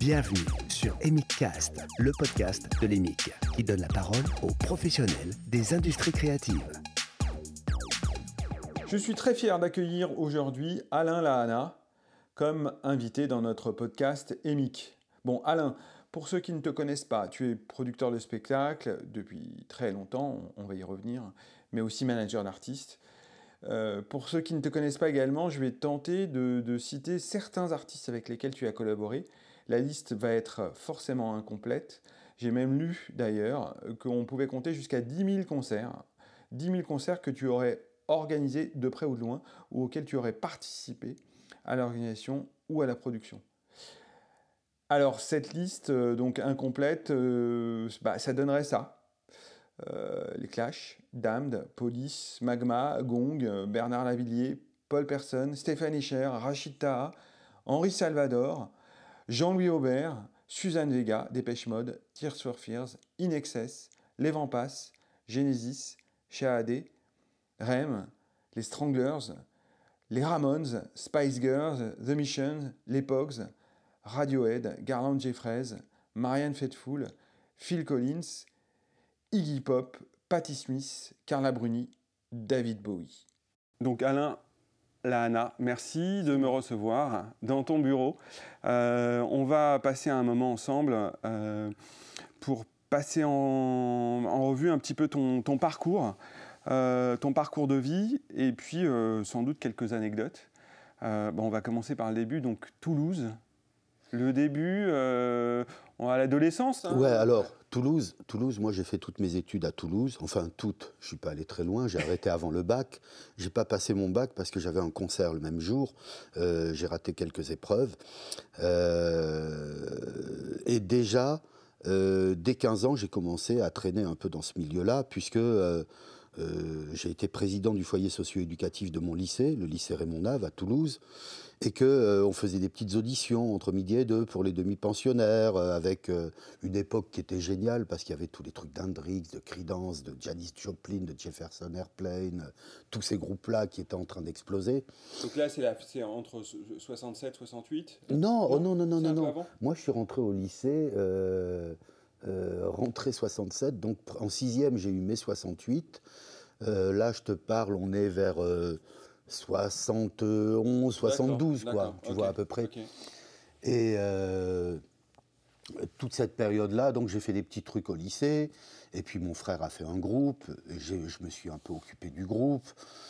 Bienvenue sur EMICcast, le podcast de l'EMIC, qui donne la parole aux professionnels des industries créatives. Je suis très fier d'accueillir aujourd'hui Alain Lahana comme invité dans notre podcast EMIC. Bon, Alain, pour ceux qui ne te connaissent pas, tu es producteur de spectacles depuis très longtemps, on va y revenir, mais aussi manager d'artistes. Pour ceux qui ne te connaissent pas également, je vais tenter de citer certains artistes avec lesquels tu as collaboré. La liste va être forcément incomplète. J'ai même lu d'ailleurs qu'on pouvait compter jusqu'à 10 000 concerts. 10 000 concerts que tu aurais organisés de près ou de loin, ou auxquels tu aurais participé à l'organisation ou à la production. Alors cette liste donc incomplète, ça donnerait ça. Les Clash, Damned, Police, Magma, Gong, Bernard Lavilliers, Paul Persson, Stéphane Echer, Rachid Taha, Henri Salvador, Jean-Louis Aubert, Suzanne Vega, Dépêche Mode, Tears for Fears, In Excess, Les Vents Passent, Genesis, Shahadé, Rem, Les Stranglers, les Ramones, Spice Girls, The Mission, les Pogs, Radiohead, Garland Jeffries, Marianne Faithfull, Phil Collins, Iggy Pop, Patti Smith, Carla Bruni, David Bowie. Donc Alain Lahana, merci de me recevoir dans ton bureau. On va passer un moment ensemble pour passer en revue un petit peu ton parcours de vie et puis sans doute quelques anecdotes. On va commencer par le début, donc Toulouse. Le début, à l'adolescence. Ouais, alors, Toulouse, moi j'ai fait toutes mes études à Toulouse, enfin toutes, je suis pas allé très loin, j'ai arrêté avant le bac, j'ai pas passé mon bac parce que j'avais un concert le même jour, j'ai raté quelques épreuves, et déjà, dès 15 ans, j'ai commencé à traîner un peu dans ce milieu-là, puisque j'ai été président du foyer socio-éducatif de mon lycée, le lycée Raymond Nave à Toulouse, et qu'on faisait des petites auditions entre midi et deux pour les demi-pensionnaires, avec une époque qui était géniale, parce qu'il y avait tous les trucs d'Hendrix, de Creedence, de Janis Joplin, de Jefferson Airplane, tous ces groupes-là qui étaient en train d'exploser. Donc là, c'est entre 67 68 Non. Avant. Moi, je suis rentré au lycée, rentré 67, donc en 6e, j'ai eu mai 68. Là, je te parle, on est vers 71, 72, quoi, tu vois, à peu près. Okay. Et toute cette période-là, donc j'ai fait des petits trucs au lycée, et puis mon frère a fait un groupe, et je me suis un peu occupé du groupe.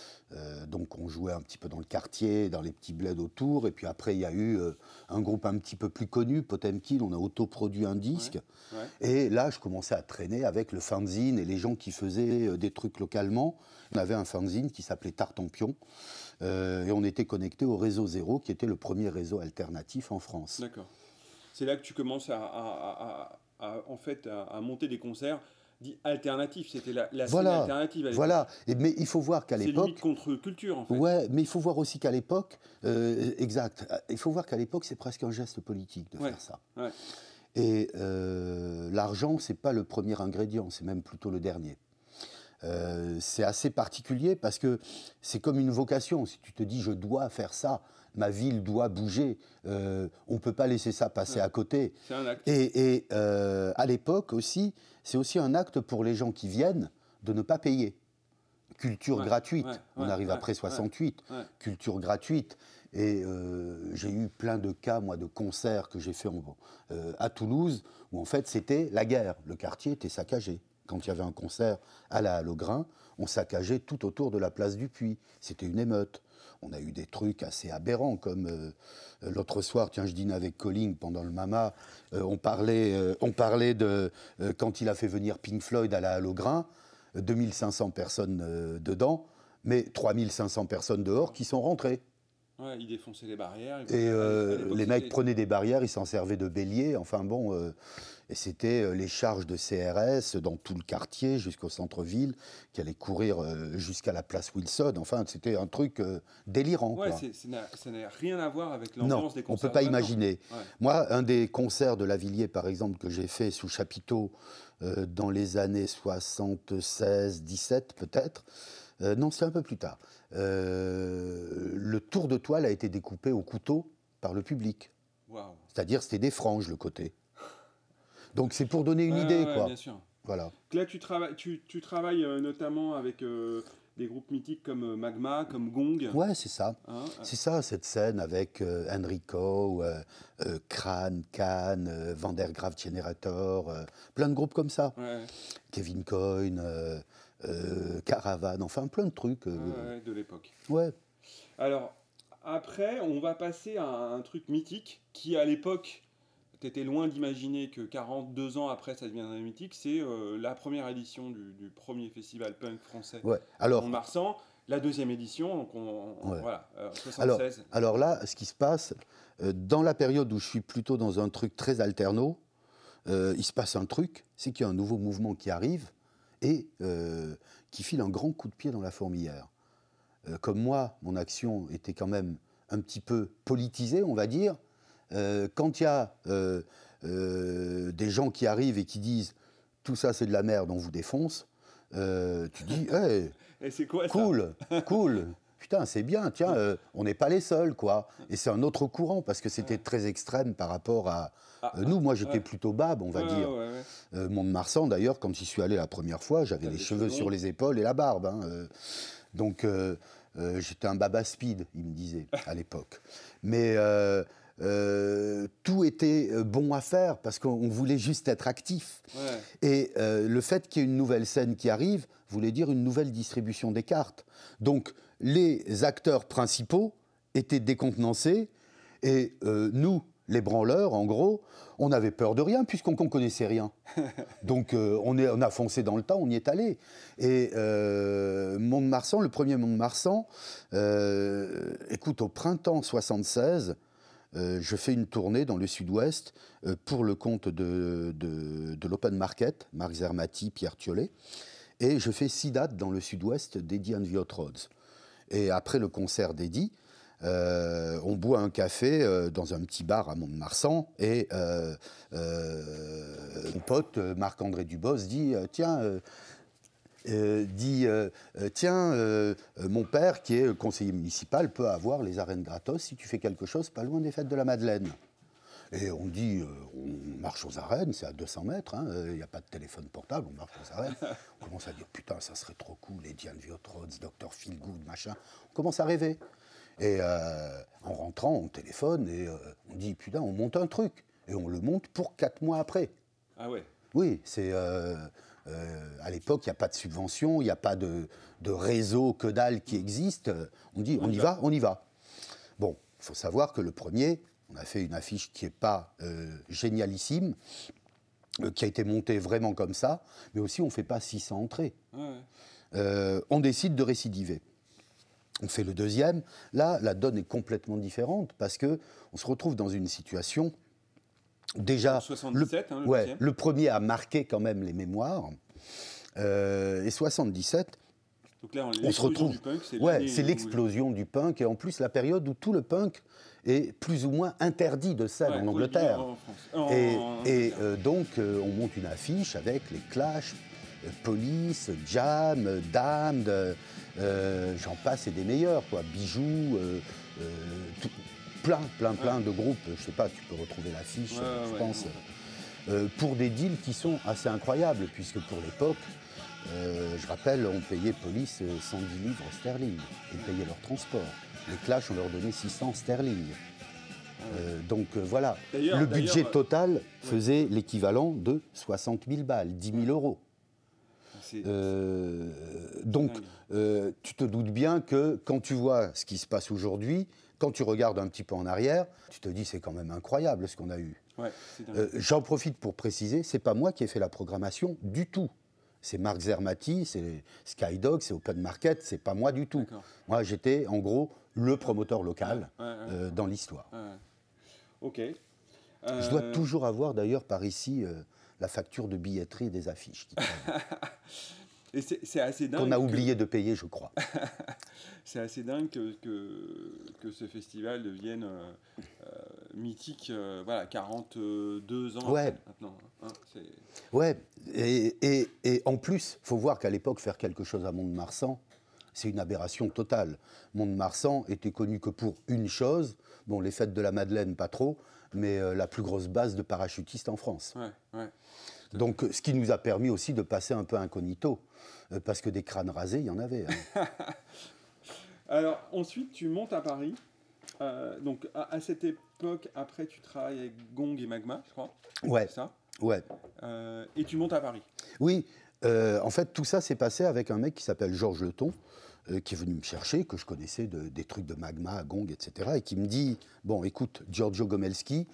Donc on jouait un petit peu dans le quartier, dans les petits bleds autour, et puis après il y a eu un groupe un petit peu plus connu, Potemkin, on a autoproduit un disque, et là je commençais à traîner avec le fanzine et les gens qui faisaient des trucs localement. On avait un fanzine qui s'appelait Tartampion, et on était connecté au réseau Zéro, qui était le premier réseau alternatif en France. D'accord. C'est là que tu commences à monter des concerts dit alternatifs. C'était la scène alternative à l'époque. Voilà, mais il faut voir qu'à l'époque... C'est limite contre-culture, en fait. Ouais, mais il faut voir aussi qu'à l'époque... exact. Il faut voir qu'à l'époque, c'est presque un geste politique de faire ça. Ouais. Et l'argent, c'est pas le premier ingrédient, c'est même plutôt le dernier. C'est assez particulier parce que c'est comme une vocation. Si tu te dis, je dois faire ça, ma ville doit bouger, on peut pas laisser ça passer à côté. C'est un acte. Et à l'époque aussi, c'est aussi un acte pour les gens qui viennent de ne pas payer. Culture gratuite. On arrive après 68. Culture gratuite. Et j'ai eu plein de cas, moi, de concerts que j'ai fait à Toulouse, où en fait c'était la guerre. Le quartier était saccagé. Quand il y avait un concert à la Halograin, on saccageait tout autour de la place du Puy. C'était une émeute. On a eu des trucs assez aberrants, comme l'autre soir, tiens, je dînais avec Colling pendant le Mama, on parlait de quand il a fait venir Pink Floyd à la Halograin, 2500 personnes dedans, mais 3500 personnes dehors qui sont rentrées. Ouais, ils défonçaient les barrières. Et les mecs prenaient des barrières, ils s'en servaient de bélier, enfin bon... Et c'était les charges de CRS dans tout le quartier, jusqu'au centre-ville, qui allaient courir jusqu'à la place Wilson. Enfin, c'était un truc délirant. Ouais, ça n'a rien à voir avec l'ambiance des concerts. On ne peut pas imaginer. Ouais. Moi, un des concerts de Lavilliers, par exemple, que j'ai fait sous chapiteau dans les années 76, 17 peut-être, non, c'est un peu plus tard. Le tour de toile a été découpé au couteau par le public. Wow. C'est-à-dire, c'était des franges, le côté. Donc, c'est pour donner une idée, quoi. Bien sûr. Voilà. Là, tu travailles notamment avec des groupes mythiques comme Magma, comme Gong. Ouais, c'est ça. C'est ça, cette scène avec Enrico, Crane, Can, Vandergraaf Generator, plein de groupes comme ça. Ouais. Kevin Coyne, Caravan, enfin plein de trucs. De l'époque. Ouais. Alors, après, on va passer à un truc mythique qui, à l'époque, t'étais loin d'imaginer que 42 ans après, ça deviendrait mythique. C'est la première édition du premier festival punk français. Ouais. Alors, Mont-de-Marsan. La deuxième édition, donc voilà, 76. Alors là, ce qui se passe, dans la période où je suis plutôt dans un truc très alterno, il se passe un truc, c'est qu'il y a un nouveau mouvement qui arrive et qui file un grand coup de pied dans la fourmilière. Comme moi, mon action était quand même un petit peu politisée, on va dire. Quand il y a des gens qui arrivent et qui disent « tout ça c'est de la merde, on vous défonce », tu dis hey, « et c'est quoi, cool, cool ». Putain, c'est bien, tiens, on n'est pas les seuls, quoi. Et c'est un autre courant, parce que c'était très extrême par rapport à... nous, moi, j'étais plutôt bab, on va dire. Mont-de-Marsan, d'ailleurs, quand j'y suis allé la première fois, j'avais les cheveux sur les épaules et la barbe. Donc, j'étais un baba speed, il me disait, à l'époque. Mais tout était bon à faire, parce qu'on voulait juste être actif. Ouais. Et le fait qu'il y ait une nouvelle scène qui arrive voulait dire une nouvelle distribution des cartes. Donc, les acteurs principaux étaient décontenancés et nous, les branleurs, en gros, on avait peur de rien puisqu'on ne connaissait rien. Donc on a foncé dans le tas, on y est allé. Et Mont-de-Marsan, le premier Mont-de-Marsan, écoute, au printemps 76, je fais une tournée dans le sud-ouest pour le compte de l'Open Market, Marc Zermati, Pierre Thiollet. Et je fais 6 dates dans le sud-ouest d'Eddie and the Hot Rods. Et après le concert d'Eddie, on boit un café dans un petit bar à Mont-de-Marsan et mon pote Marc-André Dubos dit tiens, mon père qui est conseiller municipal peut avoir les arènes gratos si tu fais quelque chose pas loin des fêtes de la Madeleine. Et on dit, on marche aux arènes, c'est à 200 mètres, il n'y a pas de téléphone portable, on marche aux arènes. On commence à dire, putain, ça serait trop cool, les Diane Viotrods, Dr. Feelgood, machin. On commence à rêver. Et en rentrant, on téléphone et on dit, putain, on monte un truc. Et on le monte pour 4 mois après. Ah ouais. Oui, c'est... à l'époque, il n'y a pas de subvention, il n'y a pas de réseau que dalle qui existe. On dit, on y va. Bon, il faut savoir que le premier... On a fait une affiche qui n'est pas génialissime, qui a été montée vraiment comme ça, mais aussi on ne fait pas 600 entrées. On décide de récidiver. On fait le deuxième. Là, la donne est complètement différente parce qu'on se retrouve dans une situation... Déjà, 77, le premier a marqué quand même les mémoires. Et 77... Donc là, on se retrouve. Du punk, c'est l'explosion du punk et en plus la période où tout le punk est plus ou moins interdit de scène en Angleterre. Donc on monte une affiche avec les Clash, Police, Jam, Damned, j'en passe et des meilleurs, quoi. Bijoux, plein de groupes. Je sais pas, tu peux retrouver l'affiche, je pense, pour des deals qui sont assez incroyables puisque pour l'époque. Je rappelle, on payait Police 110 livres sterling. Ils payaient leur transport. Les Clash, on leur donnait 600 sterling. Donc voilà, le budget total faisait l'équivalent de 60 000 balles, 10 000 euros. Donc tu te doutes bien que quand tu vois ce qui se passe aujourd'hui, quand tu regardes un petit peu en arrière, tu te dis c'est quand même incroyable ce qu'on a eu. J'en profite pour préciser, c'est pas moi qui ai fait la programmation du tout. C'est Marc Zermati, c'est Skydog, c'est Open Market, c'est pas moi du tout. D'accord. Moi, j'étais en gros le promoteur local dans l'histoire. Ok. Je dois toujours avoir d'ailleurs par ici la facture de billetterie des affiches. Et c'est assez dingue. Qu'on a oublié de payer, je crois. C'est assez dingue que ce festival devienne mythique, 42 ans après, maintenant. Ouais, et en plus, il faut voir qu'à l'époque, faire quelque chose à Mont-de-Marsan, c'est une aberration totale. Mont-de-Marsan était connu que pour une chose, bon, les fêtes de la Madeleine, pas trop, mais la plus grosse base de parachutistes en France. Ouais. Donc, ce qui nous a permis aussi de passer un peu incognito, parce que des crânes rasés, il y en avait. Hein. Alors, ensuite, tu montes à Paris. Donc, à cette époque, après, tu travailles avec Gong et Magma, je crois. Ouais. C'est ça ? Ouais. Et tu montes à Paris. Oui. En fait, tout ça s'est passé avec un mec qui s'appelle Georges Leton, qui est venu me chercher, que je connaissais des trucs de Magma, Gong, etc., et qui me dit, bon, écoute, Giorgio Gomelski,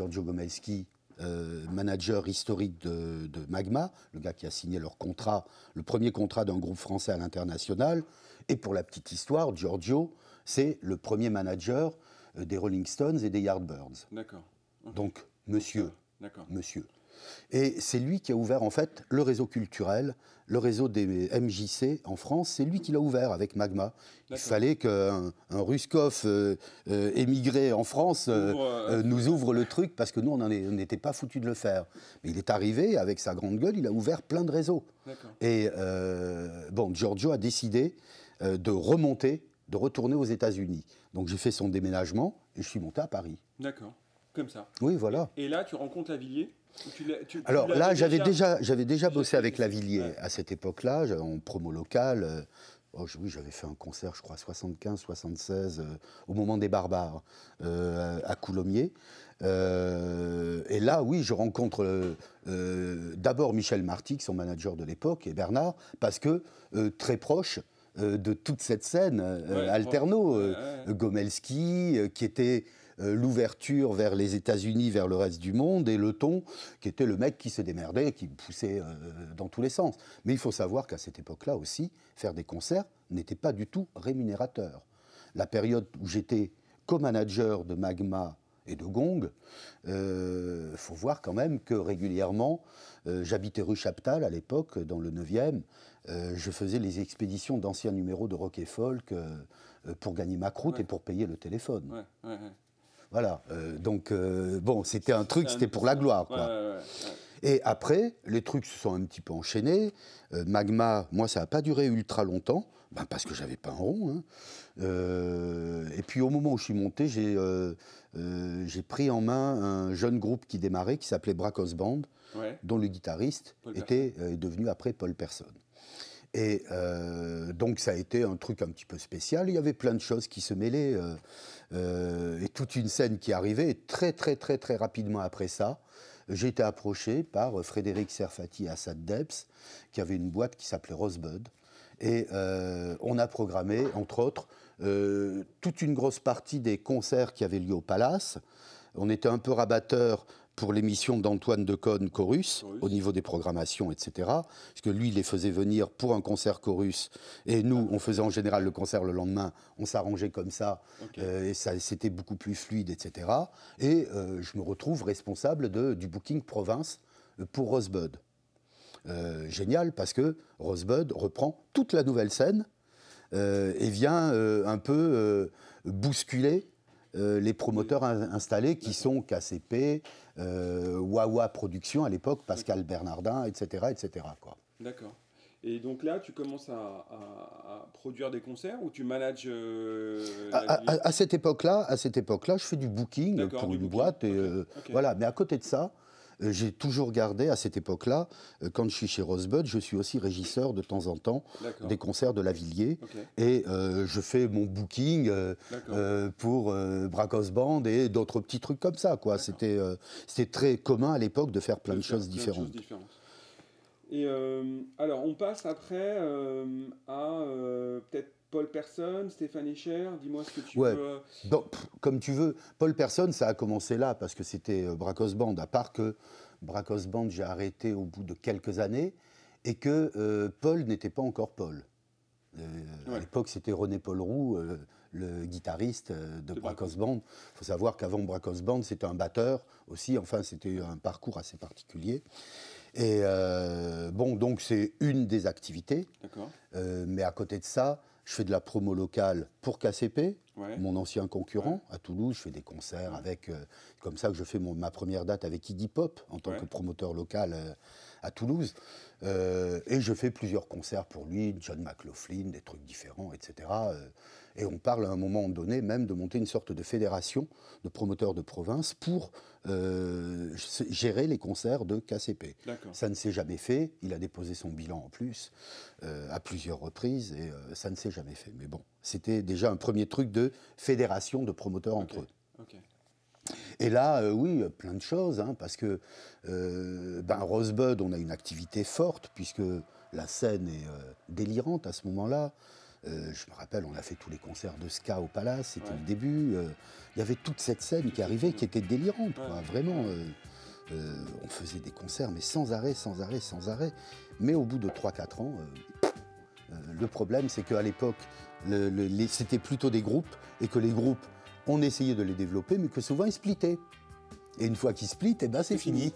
manager historique de Magma, le gars qui a signé leur contrat, le premier contrat d'un groupe français à l'international, et pour la petite histoire, Giorgio, c'est le premier manager des Rolling Stones et des Yardbirds. D'accord. Okay. Donc, monsieur. D'accord. Monsieur. Et c'est lui qui a ouvert en fait le réseau culturel, le réseau des MJC en France, c'est lui qui l'a ouvert avec Magma. Il fallait qu'un Ruskov émigré en France nous ouvre le truc parce que nous on n'était pas foutus de le faire. Mais il est arrivé avec sa grande gueule, il a ouvert plein de réseaux. D'accord. Et bon, Giorgio a décidé de remonter, de retourner aux États-Unis. Donc j'ai fait son déménagement et je suis monté à Paris. D'accord, comme ça. Oui, voilà. Et là tu rencontres Lavilliers. Alors là, j'avais déjà bossé avec Lavilliers à cette époque-là, en promo locale. Oui, j'avais fait un concert, je crois, 75-76, au moment des Barbares, à Coulommiers. Et là, oui, je rencontre d'abord Michel Martic, son manager de l'époque, et Bernard, parce que très proche de toute cette scène, Alterno, Gomelski, qui était... l'ouverture vers les États-Unis, vers le reste du monde, et Leton, qui était le mec qui se démerdait, qui poussait dans tous les sens. Mais il faut savoir qu'à cette époque-là aussi, faire des concerts n'était pas du tout rémunérateur. La période où j'étais co-manager de Magma et de Gong, faut voir quand même que régulièrement, j'habitais rue Chaptal à l'époque, dans le 9e, je faisais les expéditions d'anciens numéros de rock et folk pour gagner ma croûte et pour payer le téléphone. Voilà, donc bon, c'était un truc, c'était pour la gloire, quoi. Et après, les trucs se sont un petit peu enchaînés. Magma, moi, ça n'a pas duré ultra longtemps, parce que j'avais pas un rond. Hein. Et puis au moment où je suis monté, j'ai pris en main un jeune groupe qui démarrait, qui s'appelait Bracos Band, dont le guitariste est devenu après Paul Persson. Et donc ça a été un truc un petit peu spécial. Il y avait plein de choses qui se mêlaient et toute une scène qui arrivait. Et très très très très rapidement après ça, j'ai été approché par Frédéric Serfati et Assad Debs, qui avait une boîte qui s'appelait Rosebud. Et on a programmé, entre autres, toute une grosse partie des concerts qui avaient lieu au Palace. On était un peu rabatteur pour l'émission d'Antoine Decaune, Chorus, au niveau des programmations, etc. Parce que lui, il les faisait venir pour un concert Chorus. Et nous, on faisait en général le concert le lendemain. On s'arrangeait comme ça. Et c'était beaucoup plus fluide, etc. Et je me retrouve responsable du booking province pour Rosebud. Génial, parce que Rosebud reprend toute la nouvelle scène et vient un peu bousculer les promoteurs installés qui sont KCP, Wawa Productions à l'époque, Pascal Bernardin, etc. etc. quoi. D'accord. Et donc là, tu commences à produire des concerts ou tu manages à cette époque-là, je fais du booking pour une boîte. Et, voilà. Mais à côté de ça, j'ai toujours gardé, à cette époque-là, quand je suis chez Rosebud, je suis aussi régisseur de temps en temps des concerts de Lavilliers. Et je fais mon booking pour Bracos Band et d'autres petits trucs comme ça, quoi. C'était très commun à l'époque de faire plein de choses différentes. Et alors, on passe après à peut-être Paul Persson, Stéphane Escher, dis-moi ce que tu veux. Donc, comme tu veux. Paul Persson, ça a commencé là, parce que c'était Bracos Band, à part que Bracos Band, j'ai arrêté au bout de quelques années, et que Paul n'était pas encore Paul. À l'époque, c'était René-Paul Roux, le guitariste de Bracos Band. Il faut savoir qu'avant Bracos Band, c'était un batteur aussi, enfin, c'était un parcours assez particulier. Et bon, donc c'est une des activités. Mais à côté de ça, je fais de la promo locale pour KCP, mon ancien concurrent à Toulouse. Je fais des concerts avec, comme ça que je fais ma première date avec Iggy Pop en tant que promoteur local à Toulouse. Et je fais plusieurs concerts pour lui, John McLaughlin, des trucs différents, etc. Et on parle à un moment donné même de monter une sorte de fédération de promoteurs de province pour gérer les concerts de KCP. Ça ne s'est jamais fait. Il a déposé son bilan en plus à plusieurs reprises et ça ne s'est jamais fait. Mais bon, c'était déjà un premier truc de fédération de promoteurs entre eux. Et là, oui, plein de choses, hein, parce que Rosebud, on a une activité forte, puisque la scène est délirante à ce moment-là. Je me rappelle, on a fait tous les concerts de ska au Palace, c'était le début. Il y avait toute cette scène qui arrivait, qui était délirante, quoi, vraiment. On faisait des concerts, mais sans arrêt, sans arrêt, sans arrêt. Mais au bout de 3-4 ans, le problème, c'est qu'à l'époque, c'était plutôt des groupes, et que les groupes, on essayait de les développer, mais que souvent ils splittaient. Et une fois qu'ils splittent, c'est fini.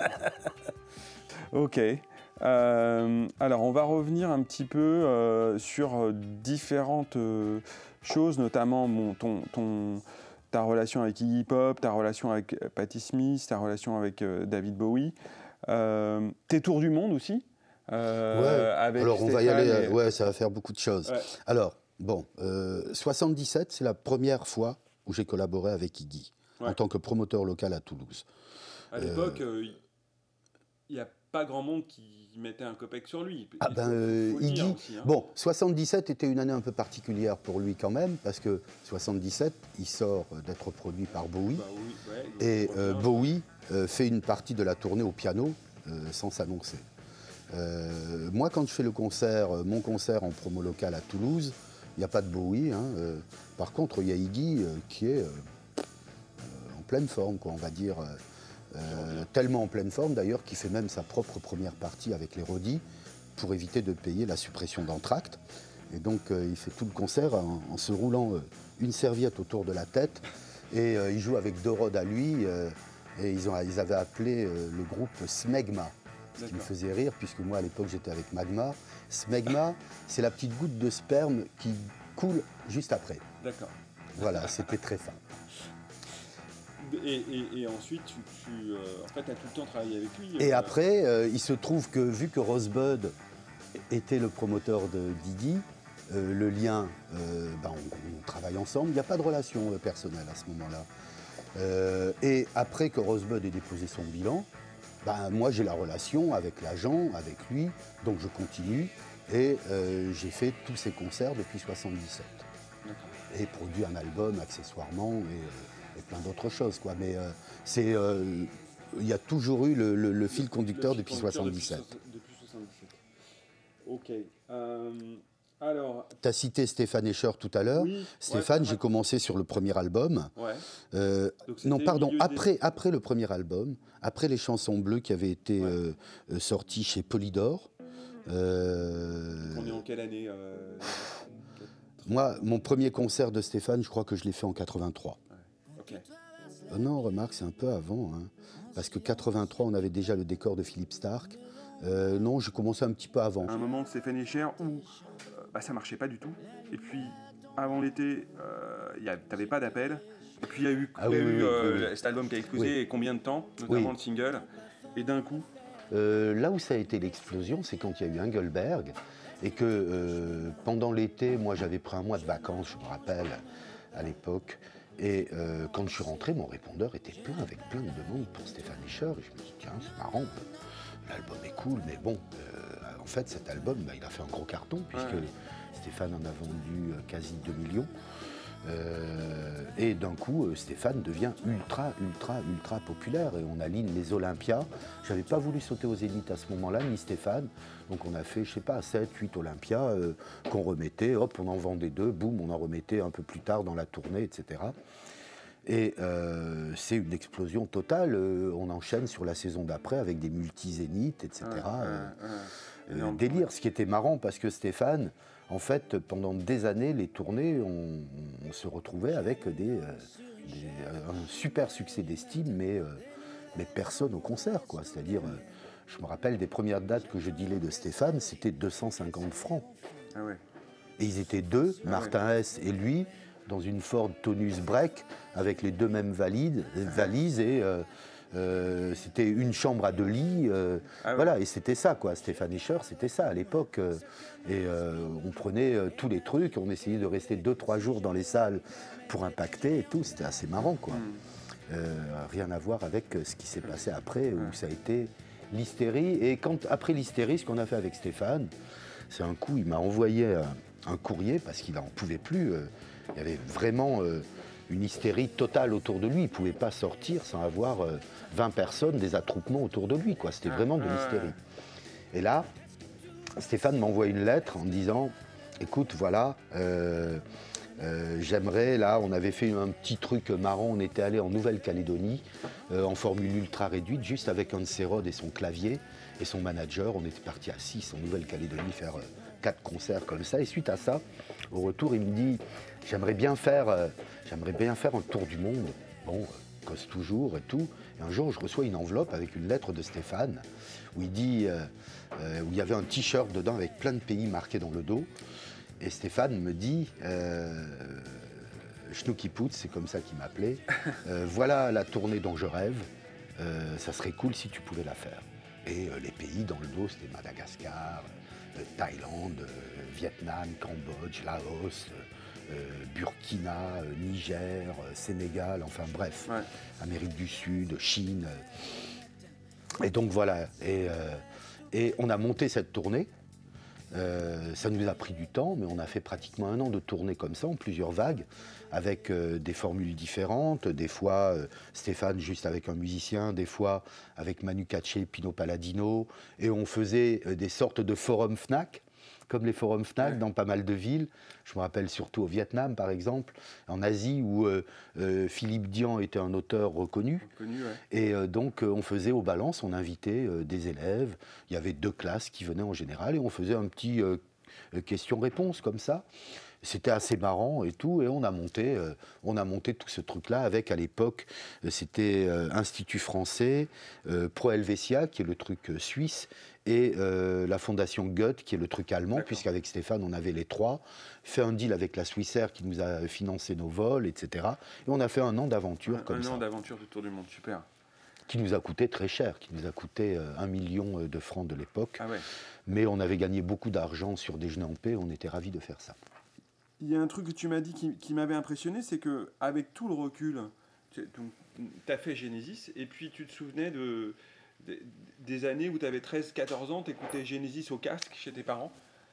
Ok. Alors, on va revenir un petit peu sur différentes choses, notamment ta relation avec Iggy Pop, ta relation avec Patti Smith, ta relation avec David Bowie, tes tours du monde aussi. Avec alors, on Stéphane va y aller. Ça va faire beaucoup de choses. Ouais. Alors, 77, c'est la première fois où j'ai collaboré avec Iggy en tant que promoteur local à Toulouse. À l'époque, il n'y a pas grand monde qui mettait un copec sur lui. Iggy, aussi, hein. 77 était une année un peu particulière pour lui quand même, parce que 77, il sort d'être produit par Bowie, et Bowie fait une partie de la tournée au piano sans s'annoncer. Moi, quand je fais mon concert en promo local à Toulouse, il n'y a pas de Bowie. Par contre, il y a Iggy qui est en pleine forme, quoi, on va dire. Tellement en pleine forme, d'ailleurs, qu'il fait même sa propre première partie avec les Rodis pour éviter de payer la suppression d'Entracte. Et donc, il fait tout le concert en se roulant une serviette autour de la tête. Et il joue avec deux rods à lui. Et ils avaient appelé le groupe Smegma. Ce qui me faisait rire, puisque moi, à l'époque, j'étais avec Magma. Smegma, c'est la petite goutte de sperme qui coule juste après. D'accord. Voilà, c'était très fin. Et ensuite, en fait, tu as tout le temps travaillé avec lui. Et après, il se trouve que, vu que Rosebud était le promoteur d'Iggy, le lien, on travaille ensemble, il n'y a pas de relation personnelle à ce moment-là. Et après que Rosebud ait déposé son bilan, moi j'ai la relation avec l'agent, avec lui, donc je continue et j'ai fait tous ces concerts depuis 77. D'accord. Et produit un album accessoirement et plein d'autres choses, quoi. Mais il y a toujours eu le fil conducteur depuis 77. Depuis 77. Ok. Alors, tu as cité Stéphane Escher tout à l'heure. Oui, Stéphane, j'ai commencé sur le premier album. Non, pardon, après le premier album, après les Chansons Bleues qui avaient été sorties chez Polydor. On est en quelle année Moi, mon premier concert de Stéphane, je crois que je l'ai fait en 83. Okay. Non, remarque, c'est un peu avant. Parce que 83, on avait déjà le décor de Philippe Stark. Non, j'ai commencé un petit peu avant. Un moment de Stéphane Escher où ça marchait pas du tout. Et puis, avant l'été, t'avais pas d'appel. Et puis, il y a eu, cet album qui a explosé. Et combien de temps, notamment le single. Et d'un coup... là où ça a été l'explosion, c'est quand il y a eu Engelberg. Et que pendant l'été, moi, j'avais pris un mois de vacances, je me rappelle, à l'époque. Et quand je suis rentré, mon répondeur était plein, avec plein de demandes pour Stéphane Escher. Et je me suis dit, tiens, c'est marrant, l'album est cool, mais bon, en fait, cet album, il a fait un gros carton, puisque Stéphane en a vendu quasi 2 millions. Et d'un coup, Stéphane devient ultra populaire. Et on aligne les Olympias. Je n'avais pas voulu sauter aux Zénith à ce moment-là, ni Stéphane. Donc on a fait, 7, 8 Olympias qu'on remettait. Hop, on en vendait 2, boum, on en remettait un peu plus tard dans la tournée, etc. Et c'est une explosion totale. On enchaîne sur la saison d'après avec des multi-Zénith, etc. Délire, ce qui était marrant parce que Stéphane, en fait, pendant des années, les tournées, on se retrouvait avec un super succès d'estime, mais personne au concert, quoi. C'est-à-dire, je me rappelle des premières dates que je dealais de Stéphane, c'était 250 francs. Ah ouais. Et ils étaient deux, Martin Hess et lui, dans une Ford Taunus Break avec les 2 mêmes valises et c'était une chambre à 2 lits. Voilà, et c'était ça, quoi. Stéphane Escher, c'était ça à l'époque. On prenait tous les trucs, on essayait de rester 2-3 jours dans les salles pour impacter et tout. C'était assez marrant, quoi. Rien à voir avec ce qui s'est passé après, où ça a été l'hystérie. Et après l'hystérie, ce qu'on a fait avec Stéphane, c'est un coup, il m'a envoyé un courrier parce qu'il n'en pouvait plus. Il y avait vraiment une hystérie totale autour de lui. Il ne pouvait pas sortir sans avoir 20 personnes, des attroupements autour de lui, quoi. C'était vraiment de l'hystérie. Et là, Stéphane m'envoie une lettre en me disant « Écoute, voilà, j'aimerais, là, on avait fait un petit truc marrant, on était allé en Nouvelle-Calédonie, en formule ultra réduite, juste avec un de ses rods et son clavier et son manager. On était parti à 6 en Nouvelle-Calédonie faire 4 concerts comme ça. Et suite à ça, au retour, il me dit « J'aimerais bien faire un tour du monde. » Bon, cause toujours et tout. Et un jour, je reçois une enveloppe avec une lettre de Stéphane où il dit, où il y avait un t-shirt dedans avec plein de pays marqués dans le dos. Et Stéphane me dit, Schnooky Poots, c'est comme ça qu'il m'appelait, voilà la tournée dont je rêve, ça serait cool si tu pouvais la faire. Et les pays dans le dos, c'était Madagascar, Thaïlande, Vietnam, Cambodge, Laos, Burkina, Niger, Sénégal, enfin bref, Amérique du Sud, Chine. Et donc voilà, et on a monté cette tournée. Ça nous a pris du temps, mais on a fait pratiquement 1 an de tournée comme ça, en plusieurs vagues, avec des formules différentes. Des fois, Stéphane juste avec un musicien, des fois avec Manu Katché, Pino Palladino. Et on faisait des sortes de forums Fnac, comme les forums Fnac dans pas mal de villes. Je me rappelle surtout au Vietnam, par exemple, en Asie, où Philippe Dian était un auteur reconnu. Et donc, on faisait aux balances, on invitait des élèves. Il y avait 2 classes qui venaient en général, et on faisait un petit question-réponse comme ça. C'était assez marrant et tout, et on a monté tout ce truc-là avec, à l'époque, c'était Institut français, Pro Helvetia, qui est le truc suisse, et la Fondation Goethe, qui est le truc allemand, puisqu'avec Stéphane, on avait les 3, fait un deal avec la Swissair qui nous a financé nos vols, etc. Et on a fait 1 an d'aventure comme ça. 1 an d'aventure du Tour du Monde, super. Qui nous a coûté très cher, qui nous a coûté 1 million de francs de l'époque. Mais on avait gagné beaucoup d'argent sur Déjeuner en paix, on était ravis de faire ça. Il y a un truc que tu m'as dit qui m'avait impressionné, c'est qu'avec tout le recul, tu as fait Genesis, et puis tu te souvenais des années où tu avais 13-14 ans, tu écoutais Genesis au casque chez tes parents,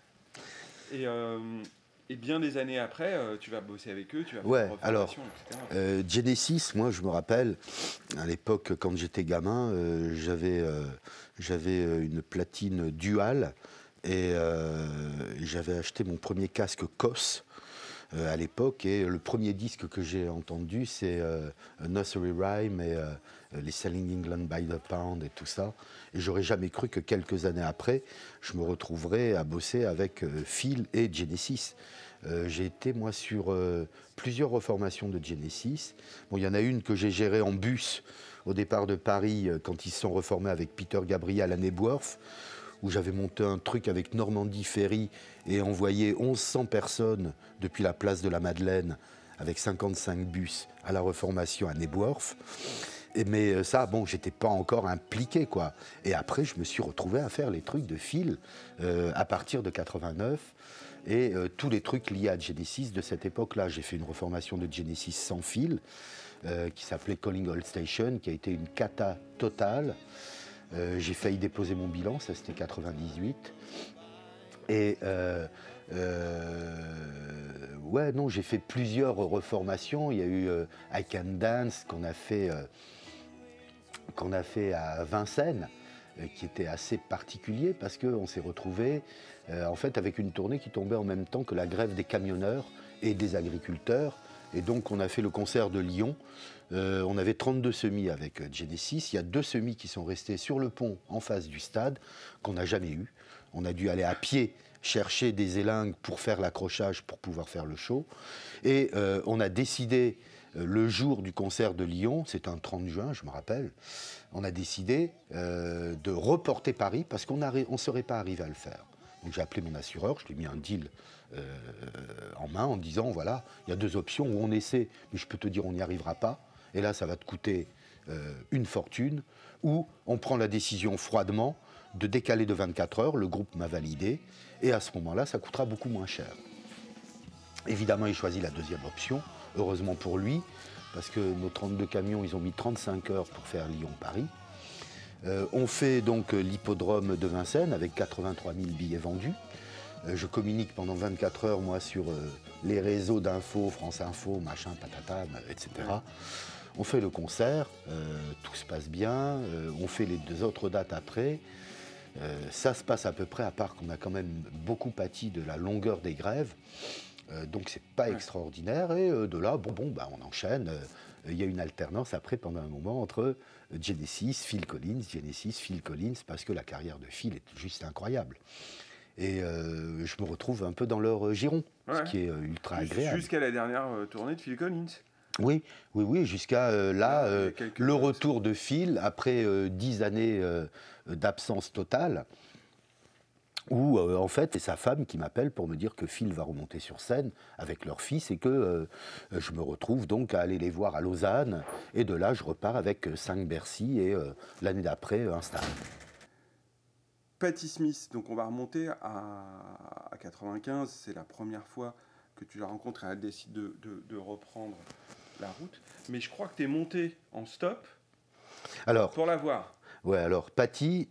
et bien des années après, tu vas bosser avec eux, tu vas faire une reformation, etc. Genesis, moi je me rappelle, à l'époque quand j'étais gamin, j'avais une platine Dual, et j'avais acheté mon premier casque COS, à l'époque, et le premier disque que j'ai entendu, c'est Nursery Rhyme et les Selling England by the Pound et tout ça. Et j'aurais jamais cru que quelques années après, je me retrouverais à bosser avec Phil et Genesis. J'ai été, moi, sur plusieurs reformations de Genesis. Bon, il y en a une que j'ai gérée en bus au départ de Paris, quand ils se sont reformés avec Peter Gabriel à Nebworth, où j'avais monté un truc avec Normandie Ferry et envoyé 1100 personnes depuis la place de la Madeleine avec 55 bus à la reformation à Nebworth. Mais ça, bon, j'étais pas encore impliqué, quoi. Et après, je me suis retrouvé à faire les trucs de Phil à partir de 89 et tous les trucs liés à Genesis de cette époque-là. J'ai fait une reformation de Genesis sans Phil qui s'appelait Calling All Station, qui a été une cata totale. J'ai failli déposer mon bilan, ça c'était 98. Et ouais, non, j'ai fait plusieurs reformations. Il y a eu I Can Dance qu'on a fait à Vincennes, qui était assez particulier parce qu'on s'est retrouvé en fait avec une tournée qui tombait en même temps que la grève des camionneurs et des agriculteurs. Et donc on a fait le concert de Lyon. On avait 32 semis avec Genesis. Il y a 2 semis qui sont restés sur le pont en face du stade, qu'on n'a jamais eu. On a dû aller à pied chercher des élingues pour faire l'accrochage, pour pouvoir faire le show. Et on a décidé, le jour du concert de Lyon, c'est un 30 juin, je me rappelle, on a décidé de reporter Paris parce qu'on ne serait pas arrivé à le faire. Donc j'ai appelé mon assureur, je lui ai mis un deal en main en disant, voilà, il y a 2 options où on essaie, mais je peux te dire on n'y arrivera pas, et là ça va te coûter une fortune, ou on prend la décision froidement de décaler de 24 heures, le groupe m'a validé, et à ce moment-là ça coûtera beaucoup moins cher. Évidemment il choisit la deuxième option, heureusement pour lui, parce que nos 32 camions, ils ont mis 35 heures pour faire Lyon-Paris. On fait donc l'hippodrome de Vincennes avec 83 000 billets vendus. Je communique pendant 24 heures, moi, sur les réseaux d'infos, France Info, machin, patata, etc. On fait le concert, tout se passe bien. On fait les 2 autres dates après. Ça se passe à peu près, à part qu'on a quand même beaucoup pâti de la longueur des grèves. Donc c'est pas extraordinaire. Et de là, on enchaîne. Il y a une alternance après, pendant un moment, entre Genesis, Phil Collins, parce que la carrière de Phil est juste incroyable. Et je me retrouve un peu dans leur giron, ce qui est ultra agréable. Jusqu'à la dernière tournée de Phil Collins. Oui, jusqu'à le retour de Phil, après 10 années d'absence totale, où en fait c'est sa femme qui m'appelle pour me dire que Phil va remonter sur scène avec leur fils et que je me retrouve donc à aller les voir à Lausanne, et de là je repars avec 5 Bercy et l'année d'après un stade. Patti Smith, donc on va remonter à 95, c'est la première fois que tu la rencontres et elle décide de reprendre la route, mais je crois que tu es monté en stop pour la voir. Ouais, alors Patti,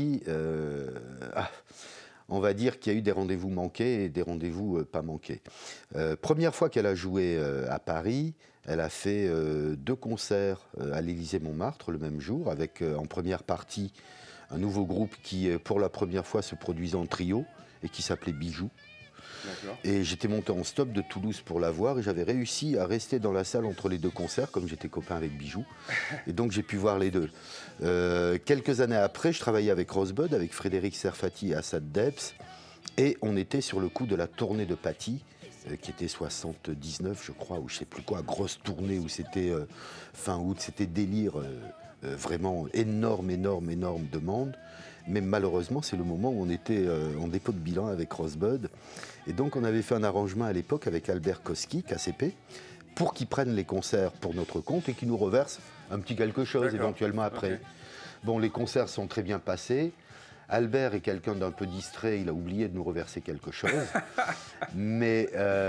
on va dire qu'il y a eu des rendez-vous manqués et des rendez-vous pas manqués. Première fois qu'elle a joué à Paris, elle a fait 2 concerts à l'Élysée-Montmartre le même jour, avec en première partie un nouveau groupe qui, pour la première fois, se produisait en trio et qui s'appelait Bijoux. D'accord. Et j'étais monté en stop de Toulouse pour la voir et j'avais réussi à rester dans la salle entre les 2 concerts, comme j'étais copain avec Bijoux. Et donc j'ai pu voir les 2. Quelques années après, je travaillais avec Rosebud, avec Frédéric Serfati et Assad Debs. Et on était sur le coup de la tournée de Patti, qui était 79, je crois, ou je sais plus quoi, grosse tournée où c'était fin août, c'était délire, vraiment énorme demande. Mais malheureusement, c'est le moment où on était en dépôt de bilan avec Rosebud. Et donc, on avait fait un arrangement à l'époque avec Albert Koski, KCP, pour qu'il prenne les concerts pour notre compte et qu'il nous reverse un petit quelque chose éventuellement après. Okay. Bon, les concerts sont très bien passés. Albert est quelqu'un d'un peu distrait, il a oublié de nous reverser quelque chose. Mais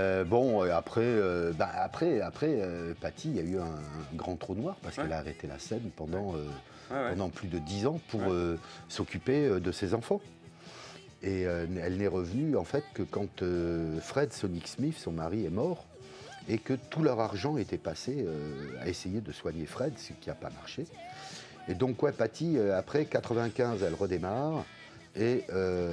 après, Patti, il y a eu un grand trou noir parce qu'elle a arrêté la scène pendant plus de 10 ans pour s'occuper de ses enfants. Et elle n'est revenue en fait que quand Fred Sonic Smith, son mari, est mort et que tout leur argent était passé à essayer de soigner Fred, ce qui n'a pas marché. Et donc, Patti, après 95, elle redémarre et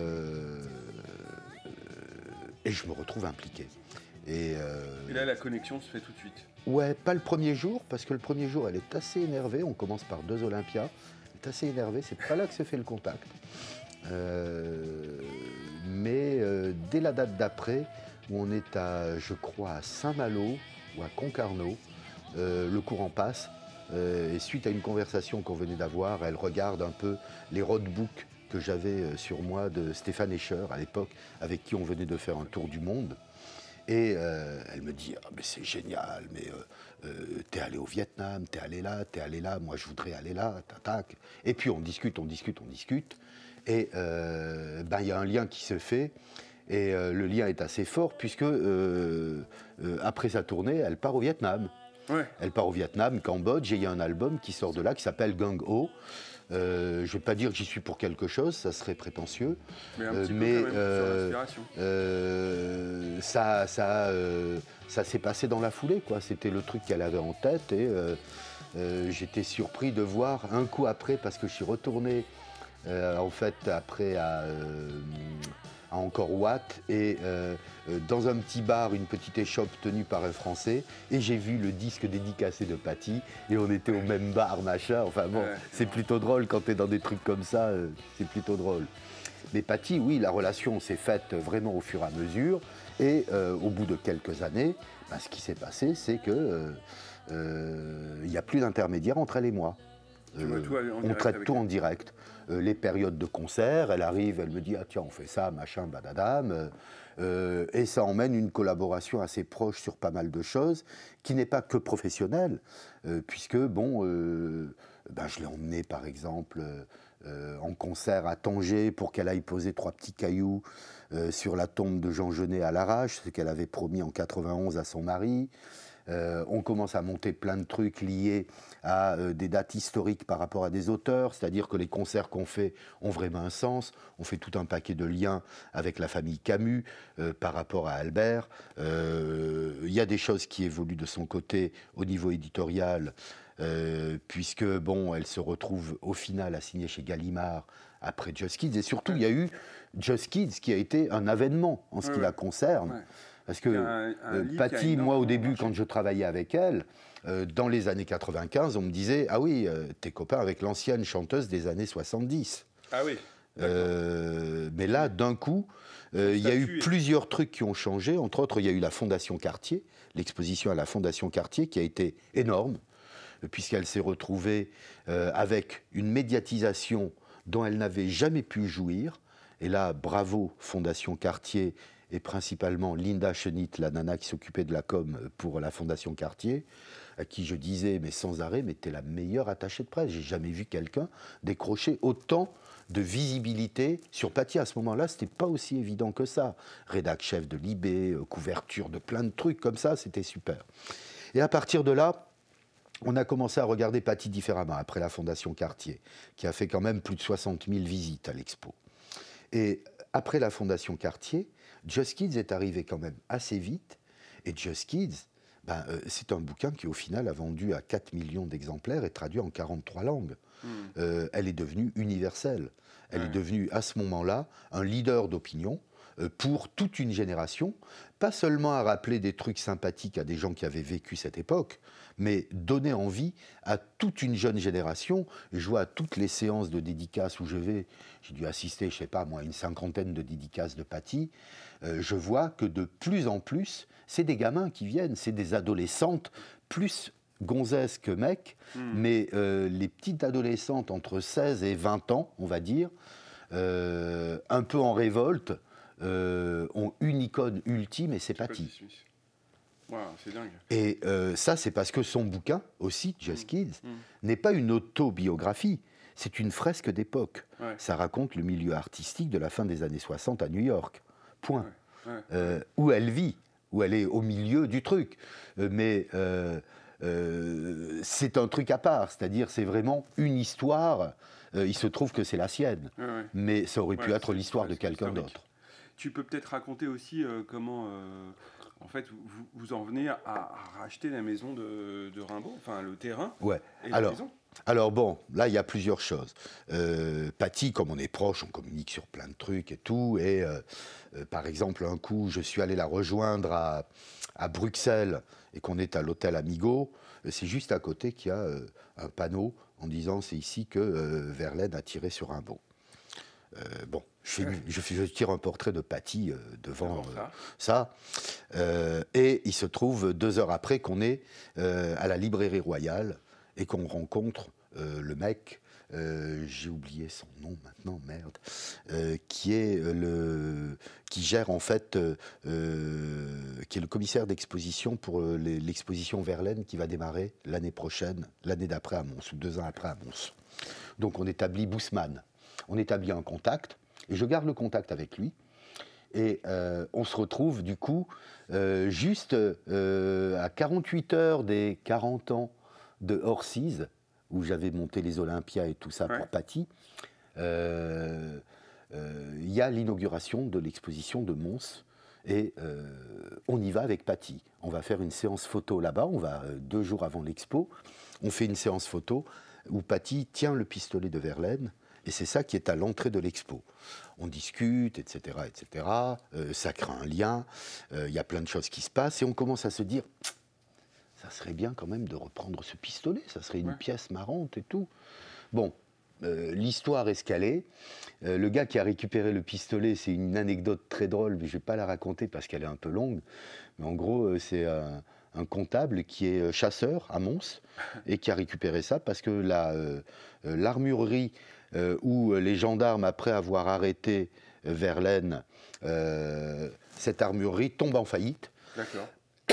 je me retrouve impliqué. Et là, la connexion se fait tout de suite. Ouais, pas le premier jour, parce que le premier jour, elle est assez énervée. On commence par 2 Olympias. Elle est assez énervée, c'est pas là que se fait le contact. Mais dès la date d'après, où on est je crois, à Saint-Malo ou à Concarneau, le courant passe. Et suite à une conversation qu'on venait d'avoir, elle regarde un peu les roadbooks que j'avais sur moi de Stéphane Escher à l'époque, avec qui on venait de faire un tour du monde. Et elle me dit mais c'est génial, mais t'es allé au Vietnam, t'es allé là, moi je voudrais aller là, tac. Et puis on discute. Et il y a un lien qui se fait. Et le lien est assez fort puisque après sa tournée, elle part au Vietnam. Ouais. Elle part au Vietnam, Cambodge, et il y a un album qui sort de là qui s'appelle Gang Ho. Je ne vais pas dire que j'y suis pour quelque chose, ça serait prétentieux. Mais un petit peu quand même, sur l'inspiration. Ça s'est passé dans la foulée, quoi. C'était le truc qu'elle avait en tête et j'étais surpris de voir un coup après, parce que je suis retourné en fait après à Angkor Wat et dans un petit bar, une petite échoppe tenue par un Français, et j'ai vu le disque dédicacé de Patti et on était au même bar, machin. Enfin bon, c'est plutôt drôle quand t'es dans des trucs comme ça, c'est plutôt drôle. Mais Patti, oui, la relation s'est faite vraiment au fur et à mesure et au bout de quelques années, ce qui s'est passé, c'est que il n'y a plus d'intermédiaire entre elle et moi. On traite tout en direct. Les périodes de concert, elle arrive, elle me dit « Ah tiens, on fait ça, machin, badadam ». Et ça emmène une collaboration assez proche sur pas mal de choses, qui n'est pas que professionnelle, puisque, je l'ai emmenée, par exemple, en concert à Tanger pour qu'elle aille poser 3 petits cailloux sur la tombe de Jean Genet à l'Arrache, ce qu'elle avait promis en 91 à son mari. On commence à monter plein de trucs liés à des dates historiques par rapport à des auteurs, c'est-à-dire que les concerts qu'on fait ont vraiment un sens. On fait tout un paquet de liens avec la famille Camus par rapport à Albert. Il y a des choses qui évoluent de son côté au niveau éditorial, puisque, elle se retrouve au final à signer chez Gallimard après Just Kids. Et surtout, il y a eu Just Kids qui a été un avènement en ce qui la concerne. Ouais. Parce que Patti, moi au début, quand je travaillais avec elle, dans les années 95, on me disait « Ah oui, t'es copain avec l'ancienne chanteuse des années 70 ». Ah oui. Mais là, d'un coup, il y a eu plusieurs trucs qui ont changé. Entre autres, il y a eu la Fondation Cartier, l'exposition à la Fondation Cartier qui a été énorme, puisqu'elle s'est retrouvée avec une médiatisation dont elle n'avait jamais pu jouir. Et là, bravo Fondation Cartier, et principalement Linda Chenit, la nana qui s'occupait de la com pour la Fondation Cartier, à qui je disais, mais sans arrêt, mais t'es la meilleure attachée de presse. J'ai jamais vu quelqu'un décrocher autant de visibilité sur Patti. À ce moment-là, c'était pas aussi évident que ça. Rédac chef de Libé, couverture de plein de trucs comme ça, c'était super. Et à partir de là, on a commencé à regarder Patti différemment, après la Fondation Cartier, qui a fait quand même plus de 60 000 visites à l'expo. Et après la Fondation Cartier, Just Kids est arrivé quand même assez vite. Et Just Kids, c'est un bouquin qui, au final, a vendu à 4 millions d'exemplaires et traduit en 43 langues. Elle est devenue universelle. Elle est devenue, à ce moment-là, un leader d'opinion pour toute une génération, pas seulement à rappeler des trucs sympathiques à des gens qui avaient vécu cette époque, mais donner envie à toute une jeune génération. Je vois à toutes les séances de dédicaces où je vais, j'ai dû assister, je sais pas moi, une 50aine de dédicaces de Patti, je vois que de plus en plus, c'est des gamins qui viennent, c'est des adolescentes, plus gonzesses que mecs, mais les petites adolescentes entre 16 et 20 ans, on va dire, un peu en révolte, ont une icône ultime et c'est Patti. Wow, c'est dingue. Et ça, c'est parce que son bouquin, aussi, Just Kids, n'est pas une autobiographie, c'est une fresque d'époque. Ouais. Ça raconte le milieu artistique de la fin des années 60 à New York. Point. Où elle vit, où elle est au milieu du truc. Mais c'est un truc à part, c'est-à-dire c'est vraiment une histoire. Il se trouve que c'est la sienne, mais ça aurait pu être l'histoire de quelqu'un d'autre. Tu peux peut-être raconter aussi comment... En fait, vous en venez à racheter la maison de Rimbaud, enfin le terrain et la maison. Alors bon, là il y a plusieurs choses. Patti, comme on est proche, on communique sur plein de trucs et tout. Et par exemple, un coup, je suis allé la rejoindre à Bruxelles et qu'on est à l'hôtel Amigo. C'est juste à côté qu'il y a un panneau en disant c'est ici que Verlaine a tiré sur Rimbaud. Je tire un portrait de Patti devant ça. Et il se trouve 2 heures après qu'on est à la librairie royale et qu'on rencontre le mec, j'ai oublié son nom maintenant, merde, qui gère en fait, qui est le commissaire d'exposition pour l'exposition Verlaine qui va démarrer l'année prochaine, l'année d'après à Mons, ou 2 ans après à Mons. Donc on établit Boussman. On établit un contact, et je garde le contact avec lui. Et on se retrouve, du coup, juste à 48 heures des 40 ans de Orsiz, où j'avais monté les Olympias et tout ça pour Patti. Il y a l'inauguration de l'exposition de Mons, et on y va avec Patti. On va faire une séance photo là-bas, on va 2 jours avant l'expo. On fait une séance photo où Patti tient le pistolet de Verlaine, et c'est ça qui est à l'entrée de l'expo. On discute, etc., etc. Ça crée un lien. Il y a plein de choses qui se passent. Et on commence à se dire, ça serait bien quand même de reprendre ce pistolet. Ça serait une pièce marrante et tout. Bon, l'histoire est ce qu'elle est. Le gars qui a récupéré le pistolet, c'est une anecdote très drôle, mais je ne vais pas la raconter parce qu'elle est un peu longue. Mais en gros, c'est un comptable qui est chasseur à Mons et qui a récupéré ça parce que l'armurerie où les gendarmes, après avoir arrêté Verlaine, cette armurerie tombe en faillite. D'accord.